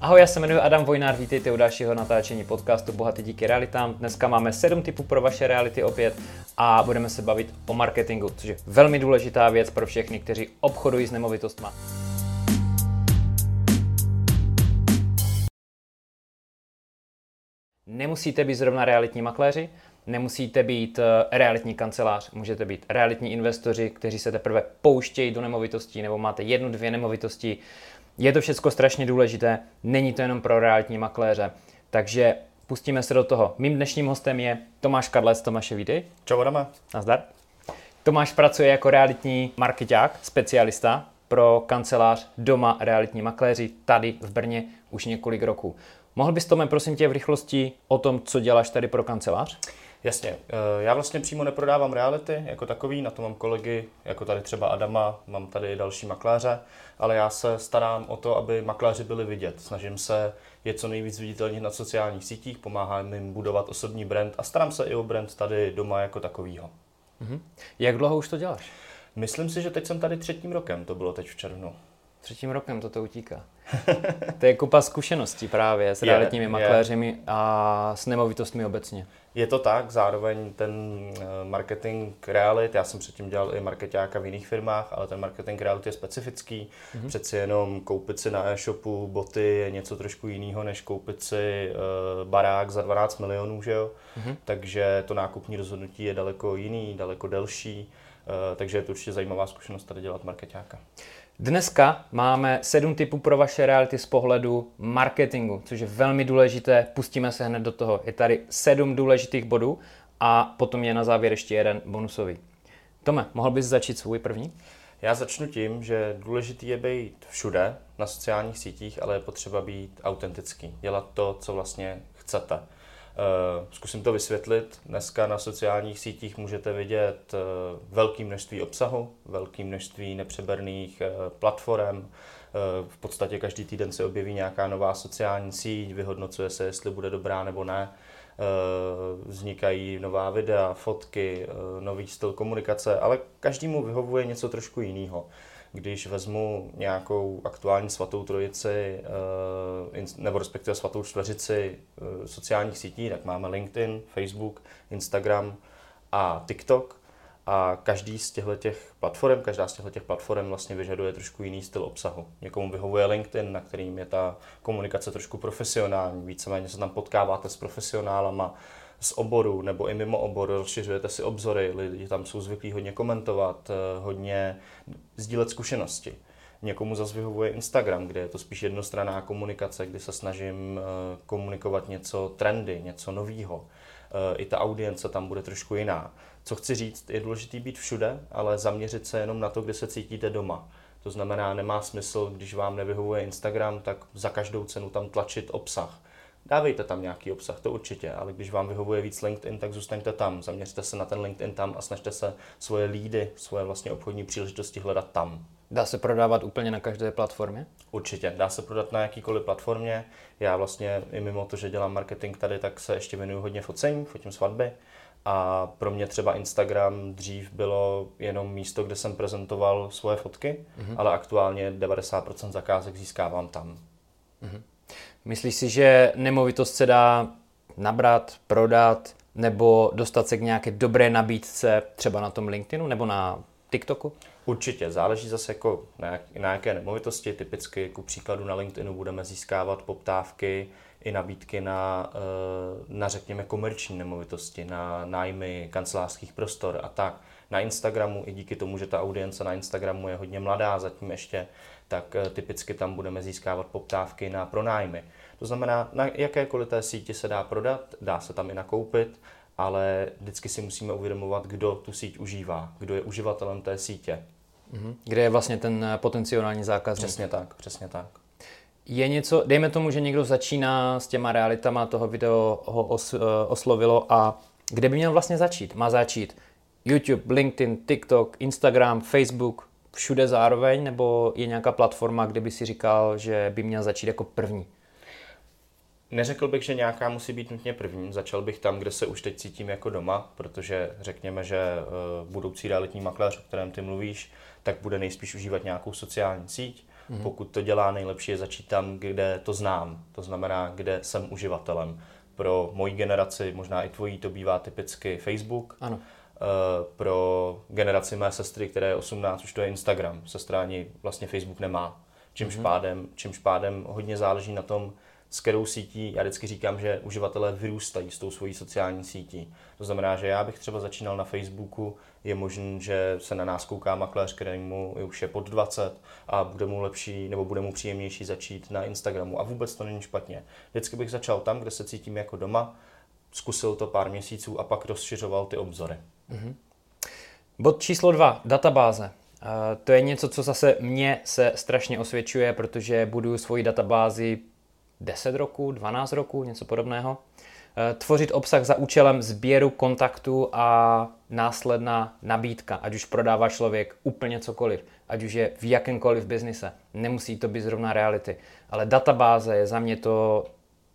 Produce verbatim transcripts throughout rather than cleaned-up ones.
Ahoj, já se jmenuji Adam Vojnár, vítejte u dalšího natáčení podcastu Bohatý díky realitám. Dneska máme sedm tipů pro vaše reality opět a budeme se bavit o marketingu, což je velmi důležitá věc pro všechny, kteří obchodují s nemovitostmi. Nemusíte být zrovna realitní makléři, nemusíte být realitní kancelář, můžete být realitní investoři, kteří se teprve pouštějí do nemovitostí nebo máte jednu, dvě nemovitosti. Je to všechno strašně důležité, není to jenom pro realitní makléře, takže pustíme se do toho. Mým dnešním hostem je Tomáš Kadlec. Tomáše, vítej. Čau, Adame. Nazdar. Tomáš pracuje jako realitní markeťák, specialista pro kancelář Doma realitní makléři tady v Brně už několik roků. Mohl bys, Tome, prosím tě v rychlosti o tom, co děláš tady pro kancelář? Jasně, já vlastně přímo neprodávám reality jako takový, na to mám kolegy, jako tady třeba Adama, mám tady další makléře, ale já se starám o to, aby makléři byli vidět. Snažím se je co nejvíc viditelnit na sociálních sítích, pomáhám jim budovat osobní brand a starám se i o brand tady doma jako takovýho. Mhm. Jak dlouho už to děláš? Myslím si, že teď jsem tady třetím rokem, to bylo teď v červnu. Třetím rokem to to utíká. To je kupa zkušeností právě s realitními makléři a s nemovitostmi obecně. Je to tak, zároveň ten marketing realit, já jsem předtím dělal i markeťáka v jiných firmách, ale ten marketing realit je specifický. Mm-hmm. Přeci jenom koupit si na e-shopu boty je něco trošku jiného, než koupit si uh, barák za dvanáct milionů, že jo? Mm-hmm. Takže to nákupní rozhodnutí je daleko jiný, daleko delší, uh, takže je to určitě zajímavá zkušenost tady dělat markeťáka. Dneska máme sedm tipů pro vaše reality z pohledu marketingu, což je velmi důležité. Pustíme se hned do toho. Je tady sedm důležitých bodů a potom je na závěr ještě jeden bonusový. Tome, mohl bys začít svůj první? Já začnu tím, že důležitý je být všude na sociálních sítích, ale je potřeba být autentický. Dělat to, co vlastně chcete. Uh, zkusím to vysvětlit. Dneska na sociálních sítích můžete vidět uh, velké množství obsahu, velké množství nepřeberných uh, platform. Uh, v podstatě každý týden se objeví nějaká nová sociální síť, vyhodnocuje se, jestli bude dobrá nebo ne. Uh, vznikají nová videa, fotky, uh, nový styl komunikace, ale každému vyhovuje něco trošku jiného. Když vezmu nějakou aktuální svatou trojici, nebo respektive svatou čtveřici sociálních sítí, tak máme LinkedIn, Facebook, Instagram a TikTok. A každý z těchto platform, každá z těchto platform vlastně vyžaduje trošku jiný styl obsahu. Někomu vyhovuje LinkedIn, na kterým je ta komunikace trošku profesionální, víceméně se tam potkáváte s profesionálama z oboru nebo i mimo obor, rozšiřujete si obzory, lidi tam jsou zvyklí hodně komentovat, hodně sdílet zkušenosti. Někomu zase vyhovuje Instagram, kde je to spíš jednostranná komunikace, kdy se snažím komunikovat něco trendy, něco novýho. I ta audience tam bude trošku jiná. Co chci říct, je důležité být všude, ale zaměřit se jenom na to, kde se cítíte doma. To znamená, nemá smysl, když vám nevyhovuje Instagram, tak za každou cenu tam tlačit obsah. Dávejte tam nějaký obsah, to určitě, ale když vám vyhovuje víc LinkedIn, tak zůstaňte tam, zaměřte se na ten LinkedIn tam a snažte se svoje lídy, svoje vlastně obchodní příležitosti hledat tam. Dá se prodávat úplně na každé platformě? Určitě, dá se prodat na jakýkoliv platformě. Já vlastně i mimo to, že dělám marketing tady, tak se ještě věnuju hodně focení, fotím svatby. A pro mě třeba Instagram dřív bylo jenom místo, kde jsem prezentoval svoje fotky, mm-hmm. ale aktuálně devadesát procent zakázek získávám tam. Mm-hmm. Myslíš si, že nemovitost se dá nabrat, prodat nebo dostat se k nějaké dobré nabídce třeba na tom LinkedInu nebo na TikToku? Určitě, záleží zase jako na, jak, na jaké nemovitosti. Typicky ku příkladu na LinkedInu budeme získávat poptávky i nabídky na, na řekněme komerční nemovitosti, na nájmy kancelářských prostor a tak. Na Instagramu, i díky tomu, že ta audience na Instagramu je hodně mladá zatím ještě, tak typicky tam budeme získávat poptávky na pronájmy. To znamená, na jakékoliv té síti se dá prodat, dá se tam i nakoupit, ale vždycky si musíme uvědomovat, kdo tu síť užívá, kdo je uživatelem té sítě. Kde je vlastně ten potenciální zákazník. Přesně tak, přesně tak. Je něco, dejme tomu, že někdo začíná s těma realitama, toho video ho os, oslovilo a kde by měl vlastně začít? Má začít YouTube, LinkedIn, TikTok, Instagram, Facebook, všude zároveň, nebo je nějaká platforma, kde by si říkal, že by měl začít jako první? Neřekl bych, že nějaká musí být nutně první. Začal bych tam, kde se už teď cítím jako doma, protože řekněme, že budoucí realitní makléř, o kterém ty mluvíš, tak bude nejspíš užívat nějakou sociální síť. Mm-hmm. Pokud to dělá, nejlepší je začít tam, kde to znám, to znamená, kde jsem uživatelem. Pro moji generaci, možná i tvojí, to bývá typicky Facebook. Ano. Pro generaci mé sestry, které je osmnáct, už to je Instagram. Sestra ani vlastně Facebook nemá. Čímž, mm-hmm. pádem, čímž pádem hodně záleží na tom, s kterou sítí. Já vždycky říkám, že uživatelé vyrůstají s tou svojí sociální sítí. To znamená, že já bych třeba začínal na Facebooku, je možné, že se na nás kouká makléř, kterému už je pod dvacet a bude mu lepší nebo bude mu příjemnější začít na Instagramu. A vůbec to není špatně. Vždycky bych začal tam, kde se cítím jako doma, zkusil to pár měsíců a pak rozšiřoval ty obzory. Mm-hmm. Bod číslo dva, databáze. Uh, to je něco, co zase mně se strašně osvědčuje, protože buduju svoji databázi deset roků, dvanáct roků, něco podobného. Uh, tvořit obsah za účelem sběru kontaktů a následná nabídka, ať už prodává člověk úplně cokoliv, ať už je v jakémkoliv biznise. Nemusí to být zrovna reality, ale databáze je za mě to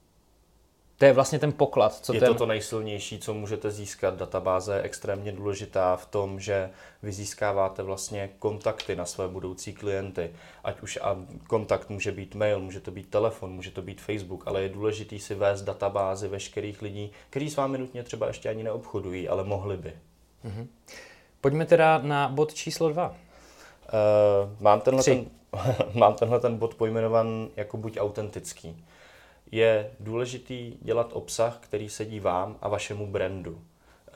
To je vlastně ten poklad. Co je ten... to to nejsilnější, co můžete získat. Databáze je extrémně důležitá v tom, že vy získáváte vlastně kontakty na své budoucí klienty. Ať už a kontakt může být mail, může to být telefon, může to být Facebook, ale je důležitý si vést databázi veškerých lidí, kteří s vámi nutně třeba ještě ani neobchodují, ale mohli by. Mm-hmm. Pojďme teda na bod číslo dva. Uh, mám, tenhle ten, mám tenhle ten bod pojmenovan jako buď autentický. Je důležitý dělat obsah, který sedí vám a vašemu brandu. E,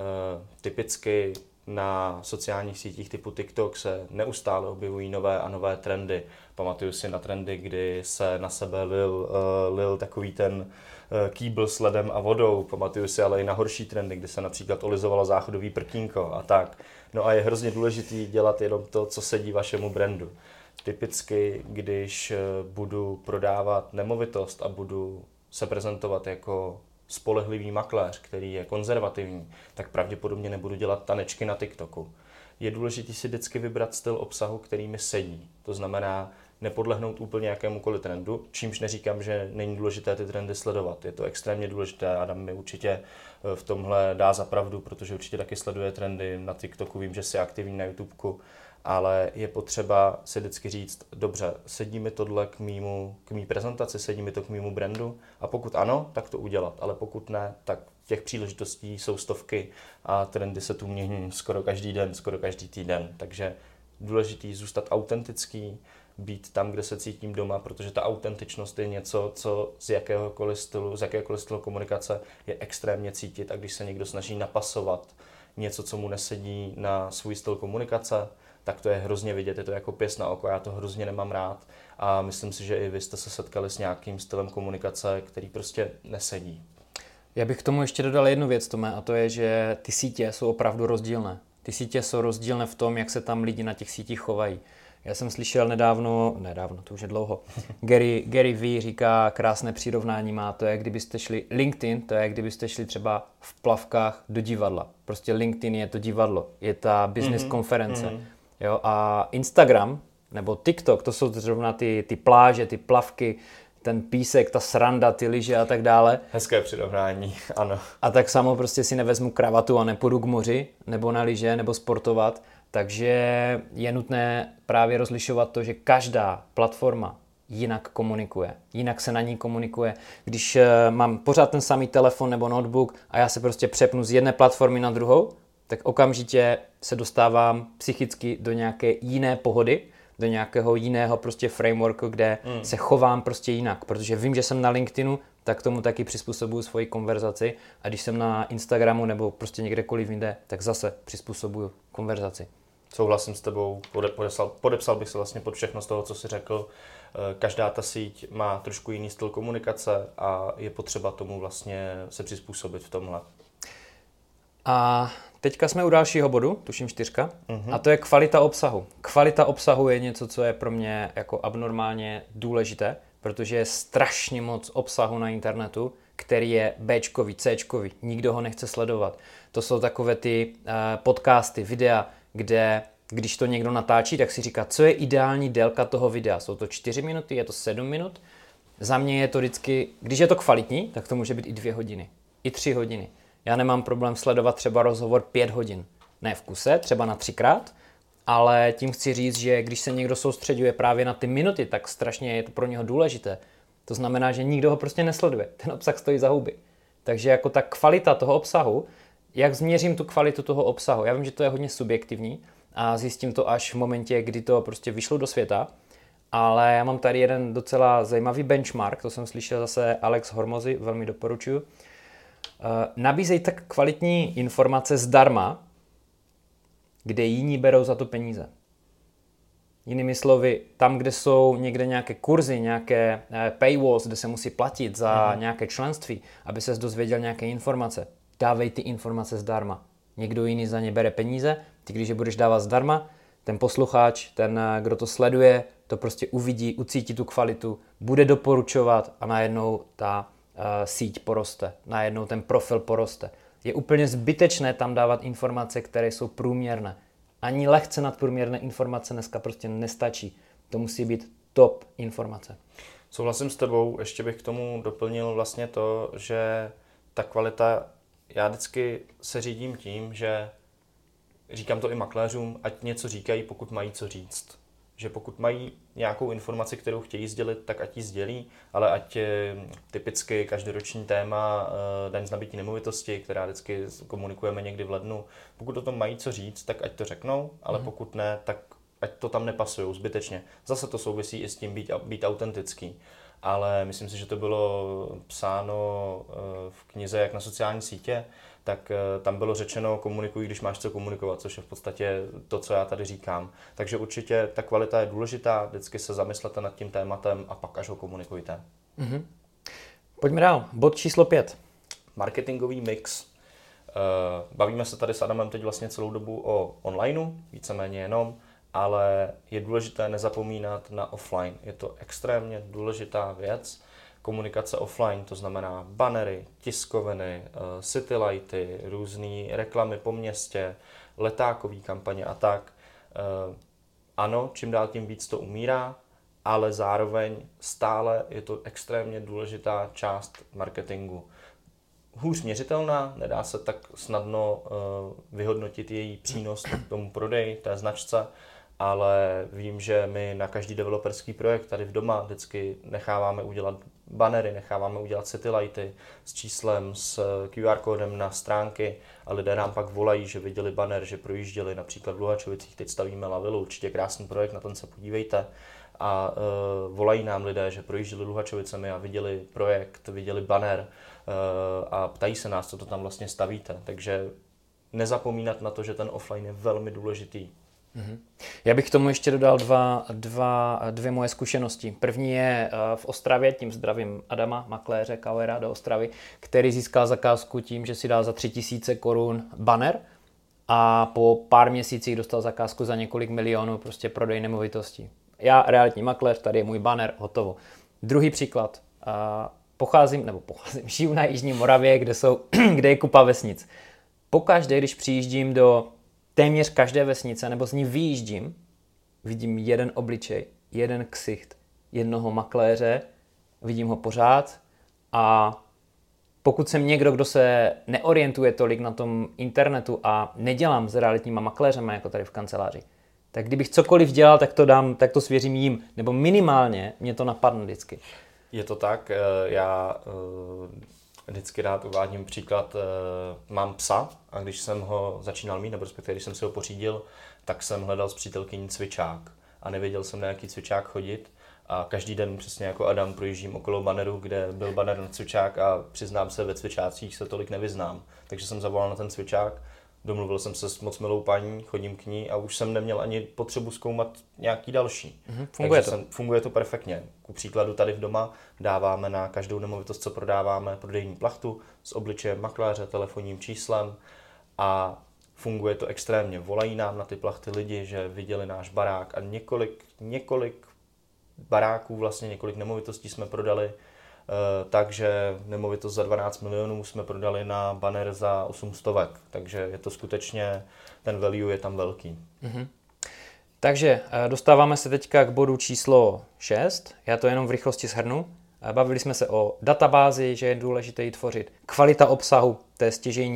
typicky na sociálních sítích typu TikTok se neustále objevují nové a nové trendy. Pamatuju si na trendy, kdy se na sebe lil, uh, lil takový ten uh, kýbl s ledem a vodou. Pamatuju si ale i na horší trendy, kdy se například olizovalo záchodový prkínko a tak. No a je hrozně důležitý dělat jenom to, co sedí vašemu brandu. Typicky, když budu prodávat nemovitost a budu se prezentovat jako spolehlivý makléř, který je konzervativní, tak pravděpodobně nebudu dělat tanečky na TikToku. Je důležité si vždycky vybrat styl obsahu, který mi sedí. To znamená nepodlehnout úplně jakémukoliv trendu, čímž neříkám, že není důležité ty trendy sledovat. Je to extrémně důležité. Adam mi určitě v tomhle dá za pravdu, protože určitě taky sleduje trendy na TikToku. Vím, že jsi aktivní na YouTubeku, ale je potřeba si vždycky říct, dobře, sedí mi tohle k mýmu, k mý prezentaci, sedí mi to k mýmu brandu a pokud ano, tak to udělat, ale pokud ne, tak těch příležitostí jsou stovky a trendy se tu mění skoro každý den, skoro každý týden, takže důležitý zůstat autentický, být tam, kde se cítím doma, protože ta autentičnost je něco, co z jakéhokoliv stylu, z jakéhokoliv stylu komunikace je extrémně cítit a když se někdo snaží napasovat něco, co mu nesedí na svůj styl komunikace, tak to je hrozně vidět, je to jako pěst na oko, já to hrozně nemám rád a myslím si, že i vy jste se setkali s nějakým stylem komunikace, který prostě nesedí. Já bych k tomu ještě dodal jednu věc, Tome, a to je, že ty sítě jsou opravdu rozdílné. Ty sítě jsou rozdílné v tom, jak se tam lidi na těch sítích chovají. Já jsem slyšel nedávno, nedávno, to už je dlouho, Gary, Gary Vee říká, krásné přirovnání má, to je, kdybyste šli, LinkedIn, to je, kdybyste šli třeba v plavkách do divadla. Prostě LinkedIn je to divadlo, je ta business mm-hmm. konference. Mm-hmm. Jo, a Instagram nebo TikTok, to jsou zrovna ty, ty pláže, ty plavky, ten písek, ta sranda, ty lyže a tak dále. Hezké přirovnání, ano. A tak samo prostě si nevezmu kravatu a nepůjdu k moři, nebo na lyže, nebo sportovat. Takže je nutné právě rozlišovat to, že každá platforma jinak komunikuje. Jinak se na ní komunikuje. Když mám pořád ten samý telefon nebo notebook a já se prostě přepnu z jedné platformy na druhou, tak okamžitě se dostávám psychicky do nějaké jiné pohody, do nějakého jiného prostě frameworku, kde mm. se chovám prostě jinak, protože vím, že jsem na LinkedInu, tak tomu taky přizpůsobuju svoji konverzaci a když jsem na Instagramu nebo prostě někdekoliv jinde, tak zase přizpůsobuju konverzaci. Souhlasím s tebou, podepsal, podepsal bych se vlastně pod všechno z toho, co jsi řekl. Každá ta síť má trošku jiný styl komunikace a je potřeba tomu vlastně se přizpůsobit v tomhle. A teďka jsme u dalšího bodu, tuším čtyřka, mm-hmm. a to je kvalita obsahu. Kvalita obsahu je něco, co je pro mě jako abnormálně důležité, protože je strašně moc obsahu na internetu, který je béčkový, céčkový, nikdo ho nechce sledovat. To jsou takové ty uh, podcasty, videa, kde když to někdo natáčí, tak si říká, co je ideální délka toho videa. Jsou to čtyři minuty, je to sedm minut. Za mě je to vždycky, když je to kvalitní, tak to může být i dvě hodiny, i tři hodiny. Já nemám problém sledovat třeba rozhovor pět hodin. Ne v kuse, třeba na třikrát, ale tím chci říct, že když se někdo soustředuje právě na ty minuty, tak strašně je to pro něho důležité. To znamená, že nikdo ho prostě nesleduje. Ten obsah stojí za huby. Takže jako ta kvalita toho obsahu, jak změřím tu kvalitu toho obsahu? Já vím, že to je hodně subjektivní a zjistím to až v momentě, kdy to prostě vyšlo do světa, ale já mám tady jeden docela zajímavý benchmark, to jsem slyšel zase Alex Hormozy, velmi doporučuji. Nabízej tak kvalitní informace zdarma, kde jiní berou za to peníze. Jinými slovy, tam, kde jsou někde nějaké kurzy, nějaké paywalls, kde se musí platit za mm. nějaké členství, aby ses dozvěděl nějaké informace, dávej ty informace zdarma. Někdo jiný za ně bere peníze, ty když je budeš dávat zdarma, ten posluchač, ten, kdo to sleduje, to prostě uvidí, ucítí tu kvalitu, bude doporučovat a najednou ta uh, síť poroste, najednou ten profil poroste. Je úplně zbytečné tam dávat informace, které jsou průměrné. Ani lehce nadprůměrné informace dneska prostě nestačí. To musí být top informace. Souhlasím s tebou, ještě bych k tomu doplnil vlastně to, že ta kvalita, já vždycky se řídím tím, že říkám to i makléřům, ať něco říkají, pokud mají co říct. Že pokud mají nějakou informaci, kterou chtějí sdělit, tak ať ji sdělí, ale ať typicky každoroční téma daň z nabytí nemovitosti, která vždycky komunikujeme někdy v lednu, pokud o tom mají co říct, tak ať to řeknou, ale mm. pokud ne, tak ať to tam nepasujou zbytečně. Zase to souvisí i s tím být, být autentický. Ale myslím si, že to bylo psáno v knize Jak na sociální sítě, tak tam bylo řečeno komunikuj, když máš co komunikovat, což je v podstatě to, co já tady říkám. Takže určitě ta kvalita je důležitá, vždycky se zamyslete nad tím tématem a pak až ho komunikujte. Mm-hmm. Pojďme dál, bod číslo pět. Marketingový mix. Bavíme se tady s Adamem teď vlastně celou dobu o onlineu, víceméně jenom, ale je důležité nezapomínat na offline. Je to extrémně důležitá věc. Komunikace offline, to znamená bannery, tiskoviny, citylighty, různé reklamy po městě, letákové kampaně a tak. Ano, čím dál tím víc to umírá, ale zároveň stále je to extrémně důležitá část marketingu. Hůř měřitelná, nedá se tak snadno vyhodnotit její přínos k tomu prodeji, té značce, ale vím, že my na každý developerský projekt tady v doma vždycky necháváme udělat bannery, necháváme udělat citylighty s číslem, s Q R kódem na stránky a lidé nám pak volají, že viděli banner, že projížděli například v Luhačovicích, teď stavíme Lavilu, určitě krásný projekt, na ten se podívejte. A uh, volají nám lidé, že projížděli Luhačovicemi a viděli projekt, viděli banner uh, a ptají se nás, co to tam vlastně stavíte. Takže nezapomínat na to, že ten offline je velmi důležitý. Mm-hmm. Já bych k tomu ještě dodal dva, dva, dvě moje zkušenosti. První je v Ostravě, tím zdravím Adama, makléře Kauera do Ostravy, který získal zakázku tím, že si dal za tři tisíce korun banner a po pár měsících dostal zakázku za několik milionů prostě prodej nemovitostí. Já, realitní makléř, tady je můj banner, hotovo. Druhý příklad. Pocházím, nebo pocházím, žiju na Jižní Moravě, kde, jsou, kde je kupa vesnic. Pokaždé, když přijíždím do téměř každé vesnice, nebo z ní vyjíždím, vidím jeden obličej, jeden ksicht, jednoho makléře, vidím ho pořád a pokud jsem někdo, kdo se neorientuje tolik na tom internetu a nedělám s realitníma makléřema, jako tady v kanceláři, tak kdybych cokoliv dělal, tak to dám, tak to svěřím jim, nebo minimálně mě to napadne vždycky. Je to tak, já vždycky rád uvádím příklad, mám psa a když jsem ho začínal mít, nebo respektive když jsem si ho pořídil, tak jsem hledal s přítelkyní cvičák a nevěděl jsem, na jaký cvičák chodit a každý den přesně jako Adam projíždím okolo banneru, kde byl banner na cvičák a přiznám se, ve cvičácích se tolik nevyznám, takže jsem zavolal na ten cvičák. Domluvil jsem se s moc milou paní, chodím k ní a už jsem neměl ani potřebu zkoumat nějaký další. Mm-hmm, funguje Takže to. Jsem, funguje to perfektně. Ku příkladu tady v doma dáváme na každou nemovitost, co prodáváme, prodejní plachtu s obličejem makléře, telefonním číslem a funguje to extrémně. Volají nám na ty plachty lidi, že viděli náš barák a několik, několik baráků, vlastně několik nemovitostí jsme prodali. Uh, takže nemovitost za dvanáct milionů jsme prodali na banner za osm stovek, takže je to skutečně, ten value je tam velký. Mm-hmm. Takže dostáváme se teďka k bodu číslo šest, já to jenom v rychlosti shrnu. Bavili jsme se o databázi, že je důležité ji tvořit, kvalita obsahu, to je stěžejní,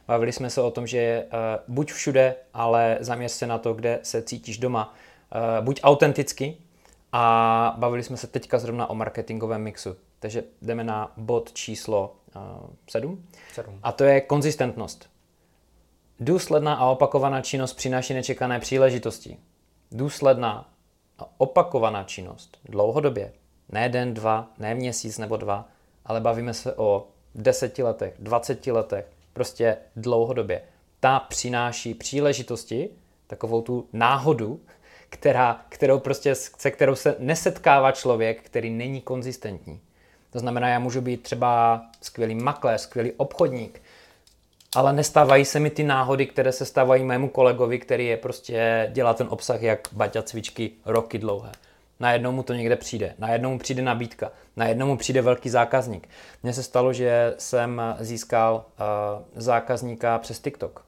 Bavili jsme se o tom, že uh, buď všude, ale zaměř se na to, kde se cítíš doma. Uh, buď autenticky a bavili jsme se teďka zrovna o marketingovém mixu. Takže jdeme na bod číslo uh, sedm. sedm. A to je konzistentnost. Důsledná a opakovaná činnost přináší nečekané příležitosti. Důsledná a opakovaná činnost dlouhodobě, ne den, dva, ne měsíc nebo dva, ale bavíme se o deseti letech, dvaceti letech, prostě dlouhodobě. Ta přináší příležitosti, takovou tu náhodu, která, kterou prostě, se kterou se nesetkává člověk, který není konzistentní. To znamená, já můžu být třeba skvělý makléř, skvělý obchodník, ale nestávají se mi ty náhody, které se stávají mému kolegovi, který je prostě dělá ten obsah jak Baťa cvičky roky dlouhé. Najednou mu to někde přijde, najednou mu přijde nabídka, najednou mu přijde velký zákazník. Mně se stalo, že jsem získal uh, zákazníka přes TikTok.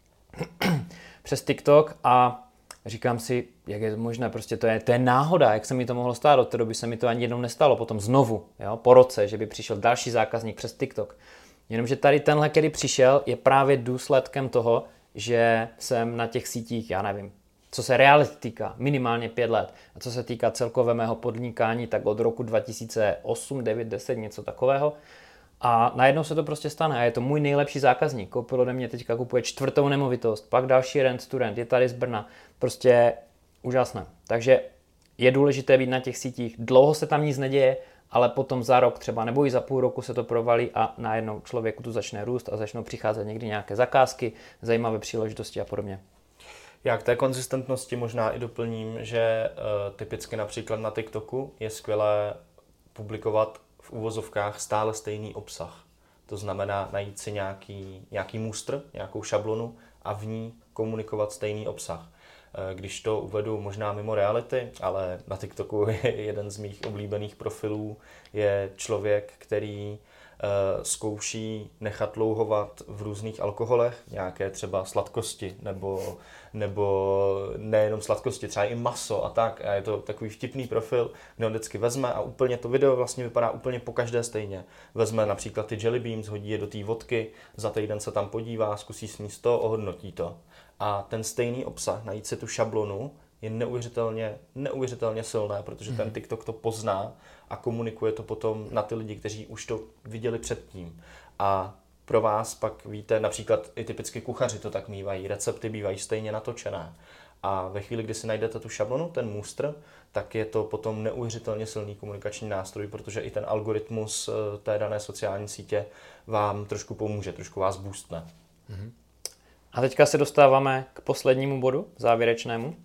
přes TikTok a říkám si, jak je to možné, prostě to je, to je náhoda, jak se mi to mohlo stát, od té doby se mi to ani jednou nestalo, potom znovu, jo, po roce, že by přišel další zákazník přes TikTok. Jenomže tady tenhle, který přišel, je právě důsledkem toho, že jsem na těch sítích, já nevím, co se reality týká, minimálně pět let. A co se týká celkového mého podnikání, tak od roku dva tisíce osm, devět, deset, něco takového. A najednou se to prostě stane a je to můj nejlepší zákazník. Koupil ode mě, teďka kupuje čtvrtou nemovitost, pak další jeden student, je tady z Brna. Prostě úžasné. Takže je důležité být na těch sítích. Dlouho se tam nic neděje, ale potom za rok třeba nebo i za půl roku se to provalí a najednou člověku tu začne růst a začnou přicházet někdy nějaké zakázky, zajímavé příležitosti a podobně. Já k té konzistentnosti možná i doplním, že uh, typicky například na TikToku je skvělé publikovat v uvozovkách stále stejný obsah. To znamená najít si nějaký, nějaký mustr, nějakou šablonu a v ní komunikovat stejný obsah. Když to uvedu možná mimo reality, ale na TikToku je jeden z mých oblíbených profilů, je člověk, který uh, zkouší nechat louhovat v různých alkoholech, nějaké třeba sladkosti, nebo, nebo nejenom sladkosti, třeba i maso a tak. A je to takový vtipný profil, kde on vždycky vezme a úplně to video vlastně vypadá úplně pokaždé stejně. Vezme například ty jelly beans, hodí je do té vodky, za týden se tam podívá, zkusí sníst to, ohodnotí to. A ten stejný obsah, najít si tu šablonu, je neuvěřitelně, neuvěřitelně silné, protože ten TikTok to pozná a komunikuje to potom na ty lidi, kteří už to viděli předtím. A pro vás pak víte, například i typicky kuchaři to tak mývají, recepty bývají stejně natočené. A ve chvíli, kdy si najdete tu šablonu, ten mustr, tak je to potom neuvěřitelně silný komunikační nástroj, protože i ten algoritmus té dané sociální sítě vám trošku pomůže, trošku vás boostne. Mm-hmm. A teďka se dostáváme k poslednímu bodu, závěrečnému. Uh,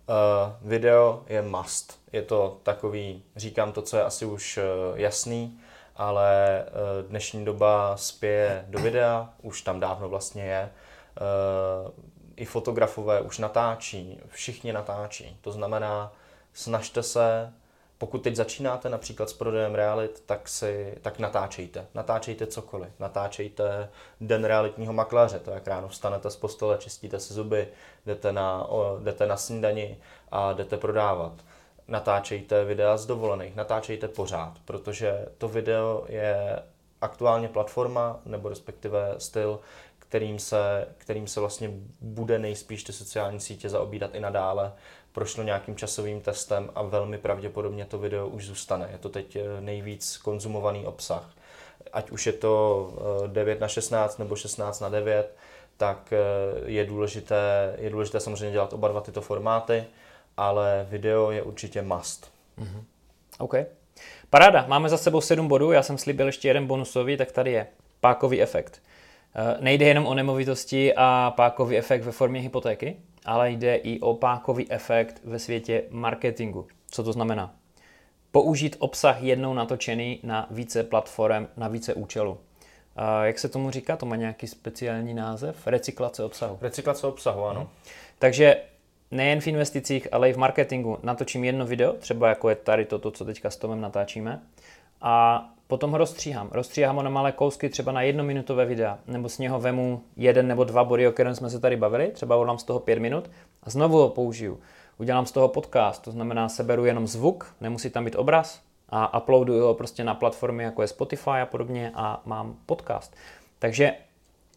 video je must. Je to takový, říkám to, co je asi už uh, jasný, ale uh, dnešní doba spěje do videa, už tam dávno vlastně je. Uh, I fotografové už natáčí, všichni natáčí. To znamená, snažte se, pokud teď začínáte například s prodejem realit, tak, si, tak natáčejte. Natáčejte cokoliv. Natáčejte den realitního makléře, to jak ráno vstanete z postele, čistíte si zuby, jdete na, o, jdete na snídani a jdete prodávat. Natáčejte videa z dovolených, natáčejte pořád, protože to video je aktuálně platforma, nebo respektive styl, kterým se, kterým se vlastně bude nejspíš ty sociální sítě zaobírat i nadále. Prošlo nějakým časovým testem a velmi pravděpodobně to video už zůstane. Je to teď nejvíc konzumovaný obsah. Ať už je to devět na šestnáct nebo šestnáct na devět, tak je důležité, je důležité samozřejmě dělat oba dva tyto formáty, ale video je určitě must. Mm-hmm. OK. Paráda, máme za sebou sedm bodů, já jsem slíbil ještě jeden bonusový, tak tady je pákový efekt. Nejde jenom o nemovitosti a pákový efekt ve formě hypotéky, ale jde i o pákový efekt ve světě marketingu. Co to znamená? Použít obsah jednou natočený na více platform, na více účelů. Jak se tomu říká? To má nějaký speciální název? Recyklace obsahu. Recyklace obsahu, ano. Hmm. Takže nejen v investicích, ale i v marketingu natočím jedno video, třeba jako je tady toto, co teďka s Tomem natáčíme, a potom ho rozstříhám. Rozstříhám ho na malé kousky, třeba na jednominutové videa, nebo z něho vemu jeden nebo dva body, o kterém jsme se tady bavili, třeba udělám z toho pět minut a znovu ho použiju. Udělám z toho podcast, to znamená, seberu jenom zvuk, nemusí tam být obraz a uploaduju ho prostě na platformy, jako je Spotify a podobně a mám podcast. Takže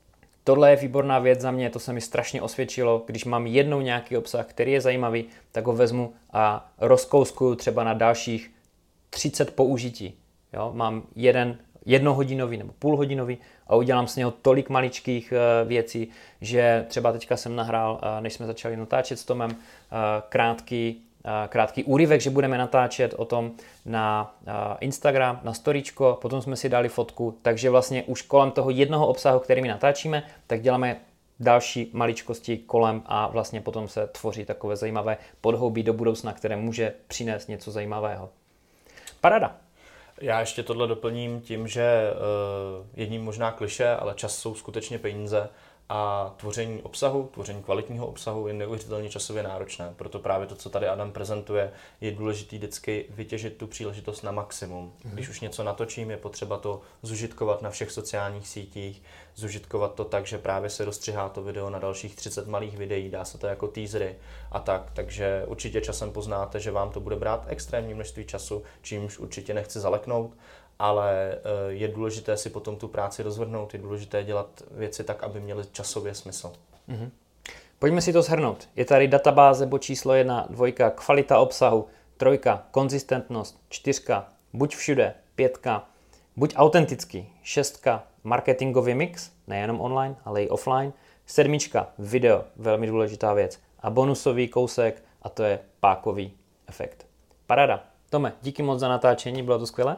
tohle je výborná věc za mě, to se mi strašně osvědčilo. Když mám jednou nějaký obsah, který je zajímavý, tak ho vezmu a rozkouskuju třeba na dalších třicet použití. Jo? Mám jeden jednohodinový nebo půlhodinový a udělám z něho tolik maličkých uh, věcí, že třeba teďka jsem nahrál, uh, než jsme začali natáčet s Tomem, uh, krátký, uh, krátký úryvek, že budeme natáčet o tom na uh, Instagram, na storíčko, potom jsme si dali fotku, takže vlastně už kolem toho jednoho obsahu, který my natáčíme, tak děláme další maličkosti kolem a vlastně potom se tvoří takové zajímavé podhoubí do budoucna, které může přinést něco zajímavého. Paráda. Já ještě tohle doplním tím, že uh, jedním možná klišé, ale čas jsou skutečně peníze a tvoření obsahu, tvoření kvalitního obsahu je neuvěřitelně časově náročné. Proto právě to, co tady Adam prezentuje, je důležité vždycky vytěžit tu příležitost na maximum. Mm. Když už něco natočím, je potřeba to zužitkovat na všech sociálních sítích, zužitkovat to tak, že právě se rozstřihá to video na dalších třicet malých videí, dá se to jako teasery a tak. Takže určitě časem poznáte, že vám to bude brát extrémní množství času, čímž určitě nechci zaleknout, ale je důležité si potom tu práci rozvrhnout, je důležité dělat věci tak, aby měly časově smysl. Mm-hmm. Pojďme si to shrnout. Je tady databáze bod číslo jedna, dvojka, kvalita obsahu, trojka, konzistentnost, čtyřka, buď všude, pětka, buď autentický, šestka, marketingový mix, nejenom online, ale i offline, sedmička, video, velmi důležitá věc, a bonusový kousek, a to je pákový efekt. Paráda. Tome, díky moc za natáčení, bylo to skvělé.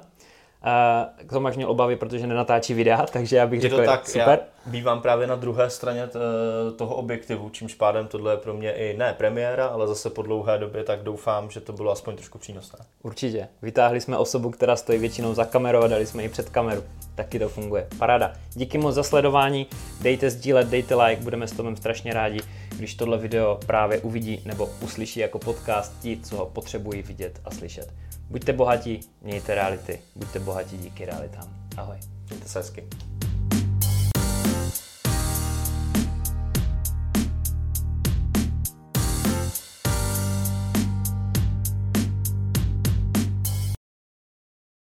Uh, to máš měl obavy, protože nenatáčí videa, takže já bych je řekl, to tak, super. Já bývám právě na druhé straně t- toho objektivu, čímž pádem tohle je pro mě i ne premiéra, ale zase po dlouhé době, tak doufám, že to bylo aspoň trošku přínosné. Určitě. Vytáhli jsme osobu, která stojí většinou za kamerou a dali jsme ji před kameru. Taky to funguje. Paráda. Díky moc za sledování, dejte sdílet, dejte like, budeme s Tomem strašně rádi, když tohle video právě uvidí nebo uslyší jako podcast ti, co ho potřebují vidět a slyšet. Buďte bohatí, mějte reality, buďte bohatí díky realitám. Ahoj. Mějte se hezky.